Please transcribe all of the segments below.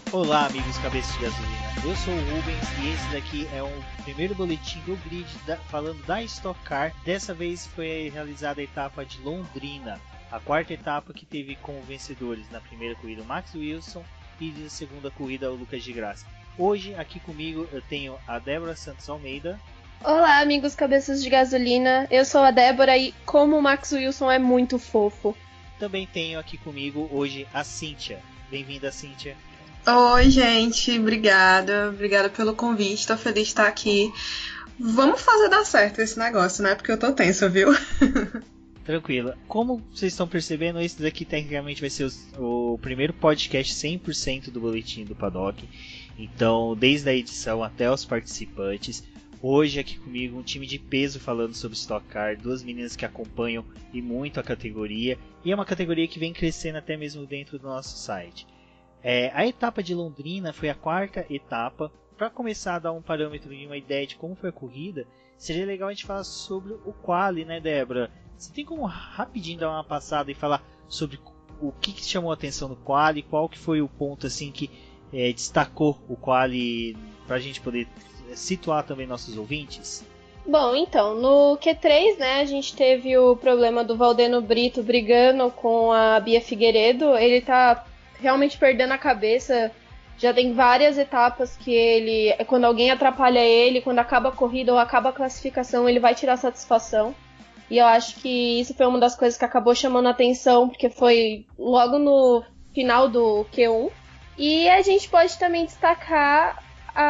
Olá, amigos cabeças de gasolina. Eu sou o Rubens e esse daqui é o primeiro boletim do grid falando da Stock Car. Dessa vez foi realizada a etapa de Londrina, a quarta etapa que teve como vencedores na primeira corrida o Max Wilson e na segunda corrida o Lucas de Graça. Hoje aqui comigo eu tenho a Débora Santos Almeida. Olá, amigos cabeças de gasolina. Eu sou a Débora e como o Max Wilson é muito fofo. Também tenho aqui comigo hoje a Cíntia. Bem-vinda, Cíntia. Oi, gente, obrigada pelo convite, tô feliz de estar aqui. Vamos fazer dar certo esse negócio, né? Porque eu tô tensa, viu? Tranquilo. Como vocês estão percebendo, esse daqui tecnicamente vai ser o primeiro podcast 100% do Boletim do Paddock. Então, desde a edição até os participantes. Hoje aqui comigo um time de peso falando sobre Stock Car, duas meninas que acompanham e muito a categoria. E é uma categoria que vem crescendo até mesmo dentro do nosso site. A etapa de Londrina foi a quarta etapa. Para começar a dar um parâmetro e uma ideia de como foi a corrida, seria legal a gente falar sobre o quali, né, Débora? Você tem como rapidinho dar uma passada e falar sobre o que chamou a atenção no quali, qual que foi o ponto assim que destacou o quali para a gente poder situar também nossos ouvintes? Bom, então, no Q3, né, a gente teve o problema do Valdeno Brito brigando com a Bia Figueiredo. Ele tá realmente perdendo a cabeça. Já tem várias etapas que ele, quando alguém atrapalha ele, quando acaba a corrida ou acaba a classificação, ele vai tirar satisfação. E eu acho que isso foi uma das coisas que acabou chamando a atenção, porque foi logo no final do Q1. E a gente pode também destacar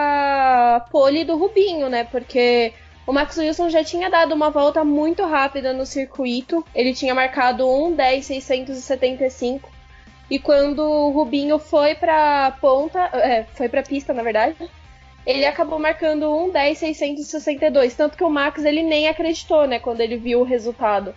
a pole do Rubinho, né? Porque o Max Wilson já tinha dado uma volta muito rápida no circuito. Ele tinha marcado 1:10.675. E quando o Rubinho foi pra pista, na verdade, ele acabou marcando 1:10.662. Tanto que o Max ele nem acreditou, né, quando ele viu o resultado.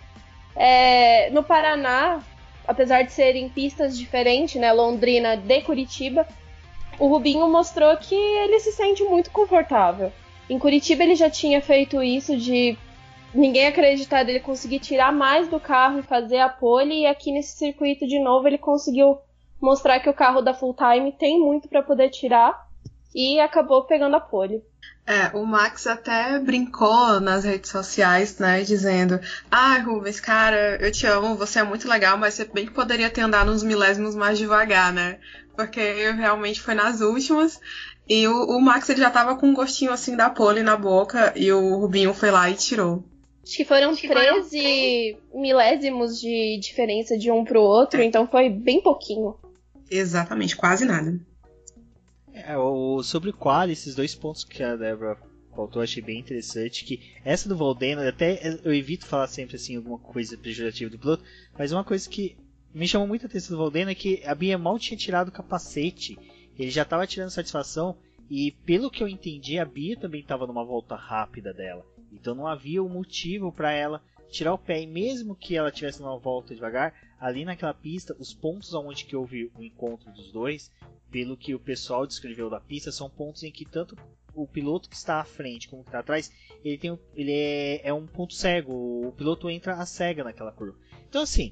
No Paraná, apesar de serem pistas diferentes, né, Londrina de Curitiba, o Rubinho mostrou que ele se sente muito confortável. Em Curitiba ele já tinha feito isso de ninguém acreditar dele conseguir tirar mais do carro e fazer a pole, e aqui nesse circuito de novo ele conseguiu mostrar que o carro da Full Time tem muito para poder tirar e acabou pegando a pole. O Max até brincou nas redes sociais, né, dizendo: Rubens, cara, eu te amo, você é muito legal, mas você bem que poderia ter andado uns milésimos mais devagar, né? Porque realmente foi nas últimas. E o Max ele já tava com um gostinho assim da pole na boca, e o Rubinho foi lá e tirou. Acho que foram 13 milésimos de diferença de um pro outro, então foi bem pouquinho. Exatamente, quase nada. Sobre o quali, esses dois pontos que a Débora faltou, achei bem interessante. Que essa do Valdeno, até eu evito falar sempre assim alguma coisa pejorativa do piloto, mas uma coisa que me chamou muita atenção do Valdeno é que a Bia mal tinha tirado o capacete, ele já estava tirando satisfação, e pelo que eu entendi, a Bia também estava numa volta rápida dela. Então não havia um motivo para ela tirar o pé. E mesmo que ela tivesse numa volta devagar, ali naquela pista, os pontos onde que houve o encontro dos dois, pelo que o pessoal descreveu da pista, são pontos em que tanto o piloto que está à frente como que está atrás, ele é um ponto cego. O piloto entra a cega naquela curva. Então assim,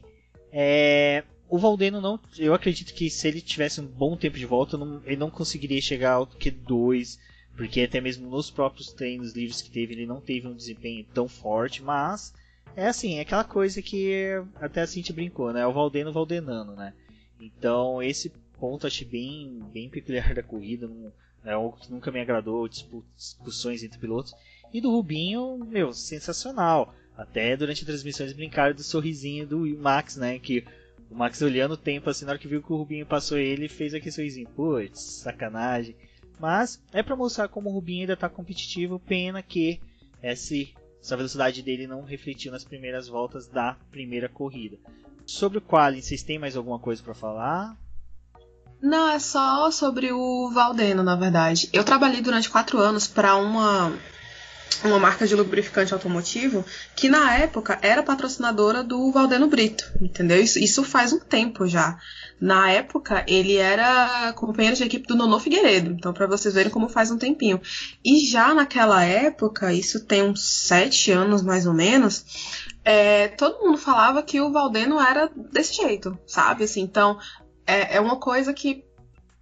o Valdeno não, eu acredito que se ele tivesse um bom tempo de volta, ele não conseguiria chegar ao Q2, porque até mesmo nos próprios treinos livres que teve, ele não teve um desempenho tão forte. Mas é assim, é aquela coisa que até a Cintia brincou, né? O Valdeno valdenando, né? Então esse ponto achei bem peculiar da corrida, é algo que nunca me agradou, discussões entre pilotos. E do Rubinho, sensacional. Até durante a transmissão eles brincaram do sorrisinho do Max, né? Que o Max olhando o tempo, assim, na hora que viu que o Rubinho passou ele, fez aquele sorrisinho. Putz, sacanagem. Mas é para mostrar como o Rubinho ainda está competitivo. Pena que essa velocidade dele não refletiu nas primeiras voltas da primeira corrida. Sobre o quali, vocês têm mais alguma coisa para falar? Não, é só sobre o Valdeno, na verdade. Eu trabalhei durante 4 anos para uma marca de lubrificante automotivo que na época era patrocinadora do Valdeno Brito, entendeu? Isso faz um tempo já. Na época ele era companheiro de equipe do Nono Figueiredo, então para vocês verem como faz um tempinho. E já naquela época, isso tem uns 7 anos mais ou menos, todo mundo falava que o Valdeno era desse jeito, sabe? Assim, então é uma coisa que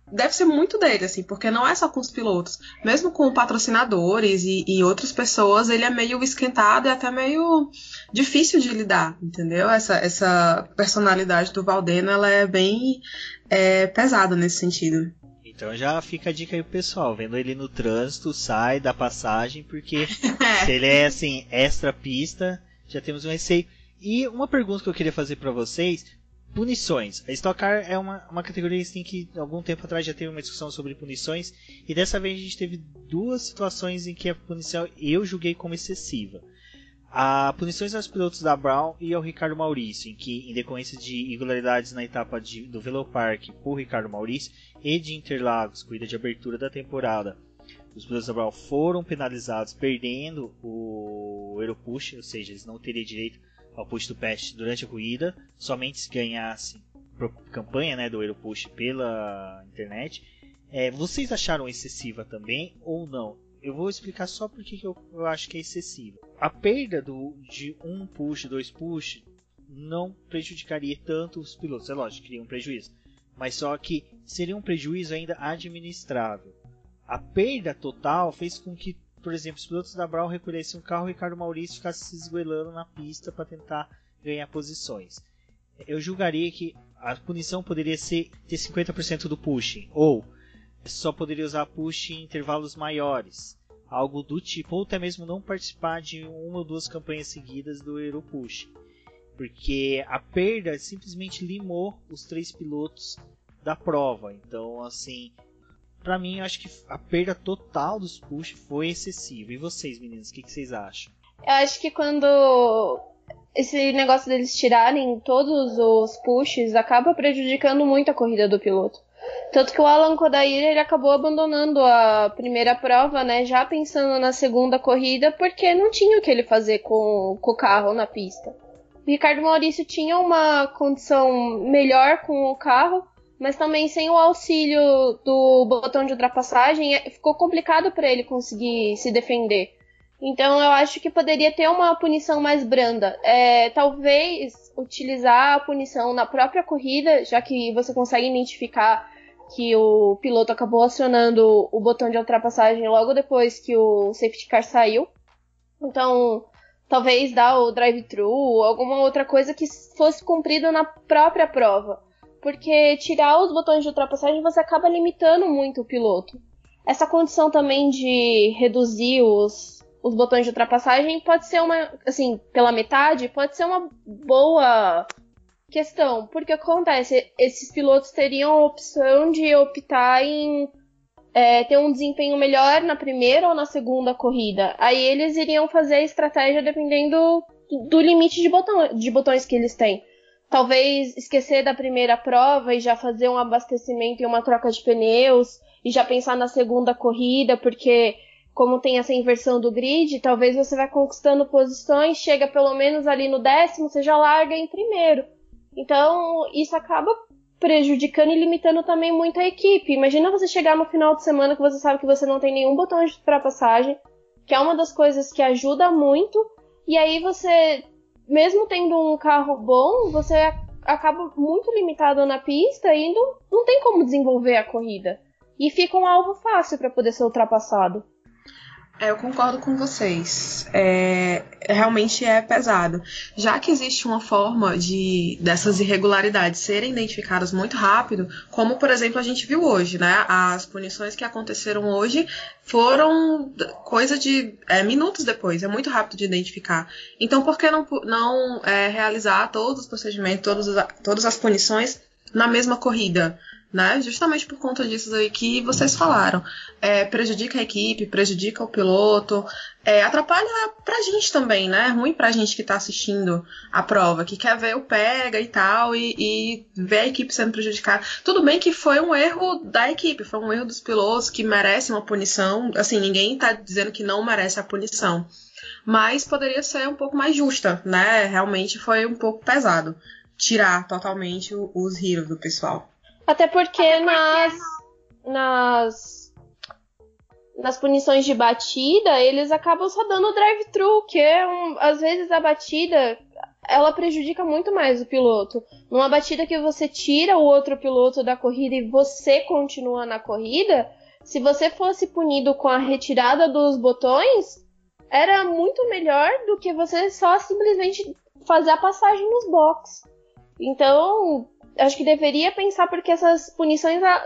deve ser muito dele, assim, porque não é só com os pilotos. Mesmo com patrocinadores e outras pessoas, ele é meio esquentado e até meio difícil de lidar, entendeu? Essa personalidade do Valdeno, ela é bem pesada nesse sentido. Então já fica a dica aí pro pessoal, vendo ele no trânsito, sai da passagem, porque se ele é assim, extra pista, já temos um receio. E uma pergunta que eu queria fazer para vocês, punições. A Stock Car é uma categoria assim, que algum tempo atrás já teve uma discussão sobre punições, e dessa vez a gente teve duas situações em que a punição eu julguei como excessiva. A punições aos pilotos da Brown e ao Ricardo Maurício, em que, em decorrência de irregularidades na etapa do Velopark por Ricardo Maurício e de Interlagos, corrida de abertura da temporada, os pilotos da Brown foram penalizados perdendo o Aeropush, ou seja, eles não teriam direito ao push to pass durante a corrida, somente se ganhasse campanha, né, do Aeropush pela internet. Vocês acharam excessiva também ou não? Eu vou explicar só porque eu acho que é excessiva. A perda de um push, dois push, não prejudicaria tanto os pilotos. É lógico, cria um prejuízo. Mas só que seria um prejuízo ainda administrável. A perda total fez com que, por exemplo, os pilotos da Brown recolhessem um carro e o Ricardo Maurício ficasse se esgoelando na pista para tentar ganhar posições. Eu julgaria que a punição poderia ser ter 50% do pushing, ou só poderia usar push em intervalos maiores, algo do tipo, ou até mesmo não participar de uma ou duas campanhas seguidas do Aeropush, porque a perda simplesmente limou os três pilotos da prova. Então, assim, pra mim, eu acho que a perda total dos push foi excessiva. E vocês, meninos, o que vocês acham? Eu acho que quando esse negócio deles tirarem todos os pushes acaba prejudicando muito a corrida do piloto. Tanto que o Alan Kodair, ele acabou abandonando a primeira prova, né, já pensando na segunda corrida, porque não tinha o que ele fazer com o carro na pista. O Ricardo Maurício tinha uma condição melhor com o carro, mas também sem o auxílio do botão de ultrapassagem, ficou complicado para ele conseguir se defender. Então eu acho que poderia ter uma punição mais branda. Talvez utilizar a punição na própria corrida, já que você consegue identificar que o piloto acabou acionando o botão de ultrapassagem logo depois que o safety car saiu. Então, talvez dar o drive-thru ou alguma outra coisa que fosse cumprida na própria prova. Porque tirar os botões de ultrapassagem você acaba limitando muito o piloto. Essa condição também de reduzir os botões de ultrapassagem pode ser assim, pela metade, pode ser uma boa questão. Porque acontece, esses pilotos teriam a opção de optar em ter um desempenho melhor na primeira ou na segunda corrida. Aí eles iriam fazer a estratégia dependendo do limite de botões que eles têm. Talvez esquecer da primeira prova e já fazer um abastecimento e uma troca de pneus e já pensar na segunda corrida, porque como tem essa inversão do grid, talvez você vai conquistando posições, chega pelo menos ali no 10º, você já larga em primeiro. Então isso acaba prejudicando e limitando também muito a equipe. Imagina você chegar no final de semana que você sabe que você não tem nenhum botão de ultrapassagem, que é uma das coisas que ajuda muito, e aí você, mesmo tendo um carro bom, você acaba muito limitado na pista e não tem como desenvolver a corrida. E fica um alvo fácil para poder ser ultrapassado. Eu concordo com vocês. Realmente é pesado. Já que existe uma forma dessas irregularidades serem identificadas muito rápido, como, por exemplo, a gente viu hoje, né? As punições que aconteceram hoje foram coisa de minutos depois. É muito rápido de identificar. Então, por que não realizar todos os procedimentos, todas as punições na mesma corrida? Né? Justamente por conta disso aí que vocês falaram. Prejudica a equipe, prejudica o piloto, atrapalha pra gente também, né? É ruim pra gente que tá assistindo a prova, que quer ver o pega e tal, e ver a equipe sendo prejudicada. Tudo bem que foi um erro da equipe, foi um erro dos pilotos que merece uma punição. Assim, ninguém tá dizendo que não merece a punição, mas poderia ser um pouco mais justa, né? Realmente foi um pouco pesado tirar totalmente os heroes do pessoal. Até porque nas punições de batida, eles acabam só dando drive-thru, que às vezes a batida ela prejudica muito mais o piloto. Numa batida que você tira o outro piloto da corrida e você continua na corrida, se você fosse punido com a retirada dos botões, era muito melhor do que você só simplesmente fazer a passagem nos boxes. Então, acho que deveria pensar, porque essas punições